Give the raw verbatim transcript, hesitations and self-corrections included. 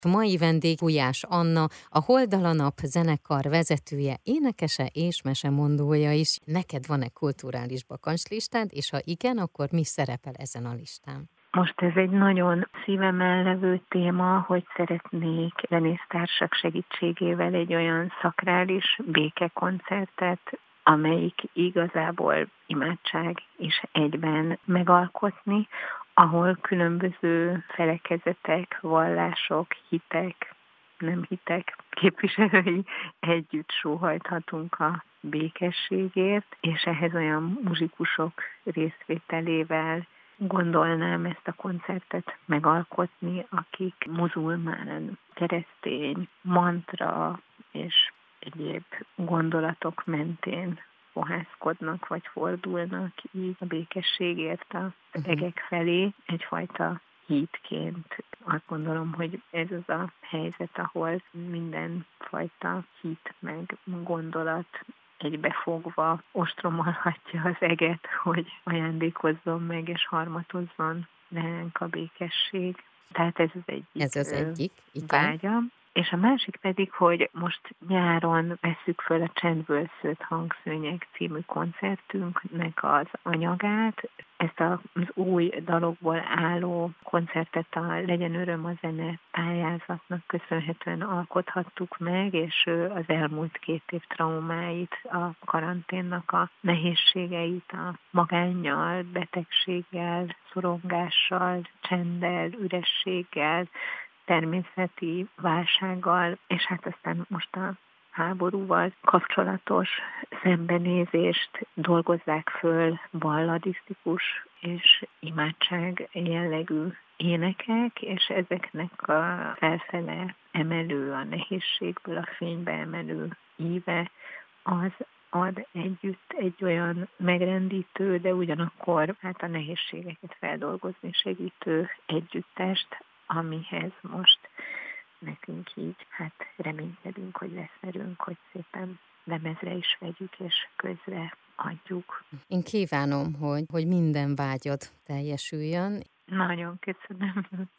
A mai vendég Gulyás Anna, a Hold-a-Nap zenekar vezetője, énekese és mesemondója is. Neked van-e kulturális bakancslistád, és ha igen, akkor mi szerepel ezen a listán? Most ez egy nagyon szívemen levő téma, hogy szeretnék zenésztársak segítségével egy olyan szakrális békekoncertet, amelyik igazából imádság is egyben megalkotni, ahol különböző felekezetek, vallások, hitek, nem hitek képviselői együtt sóhajthatunk a békességért, és ehhez olyan muzsikusok részvételével gondolnám ezt a koncertet megalkotni, akik muzulmán, keresztény, mantra és egyéb gondolatok mentén fohászkodnak, vagy fordulnak így a békességért a egek felé, egyfajta hídként. Azt gondolom, hogy ez az a helyzet, ahol mindenfajta hit meg gondolat egybefogva ostromolhatja az eget, hogy ajándékozzon meg és harmatozzon velünk a békesség. Tehát ez az egyik, Ez az egyik, igen. vágyam. És a másik pedig, hogy most nyáron vesszük föl a Csendből szőtt hangszőnyeg című koncertünknek az anyagát. Ezt az új dalokból álló koncertet a Legyen Öröm a Zene pályázatnak köszönhetően alkothattuk meg, és az elmúlt két év traumáit, a karanténnak a nehézségeit, a magánnyal, betegséggel, szorongással, csenddel, ürességgel, természeti válsággal, és hát aztán most a háborúval kapcsolatos szembenézést dolgozzák föl balladisztikus és imádság jellegű énekek, és ezeknek a felfele emelő, a nehézségből a fénybe emelő íve az ad együtt egy olyan megrendítő, de ugyanakkor hát a nehézségeket feldolgozni segítő együttest, amihez most nekünk így, hát reménykedünk, hogy lesz erőnk, hogy szépen lemezre is vegyük, és közre adjuk. Én kívánom, hogy, hogy minden vágyad teljesüljön. Nagyon köszönöm.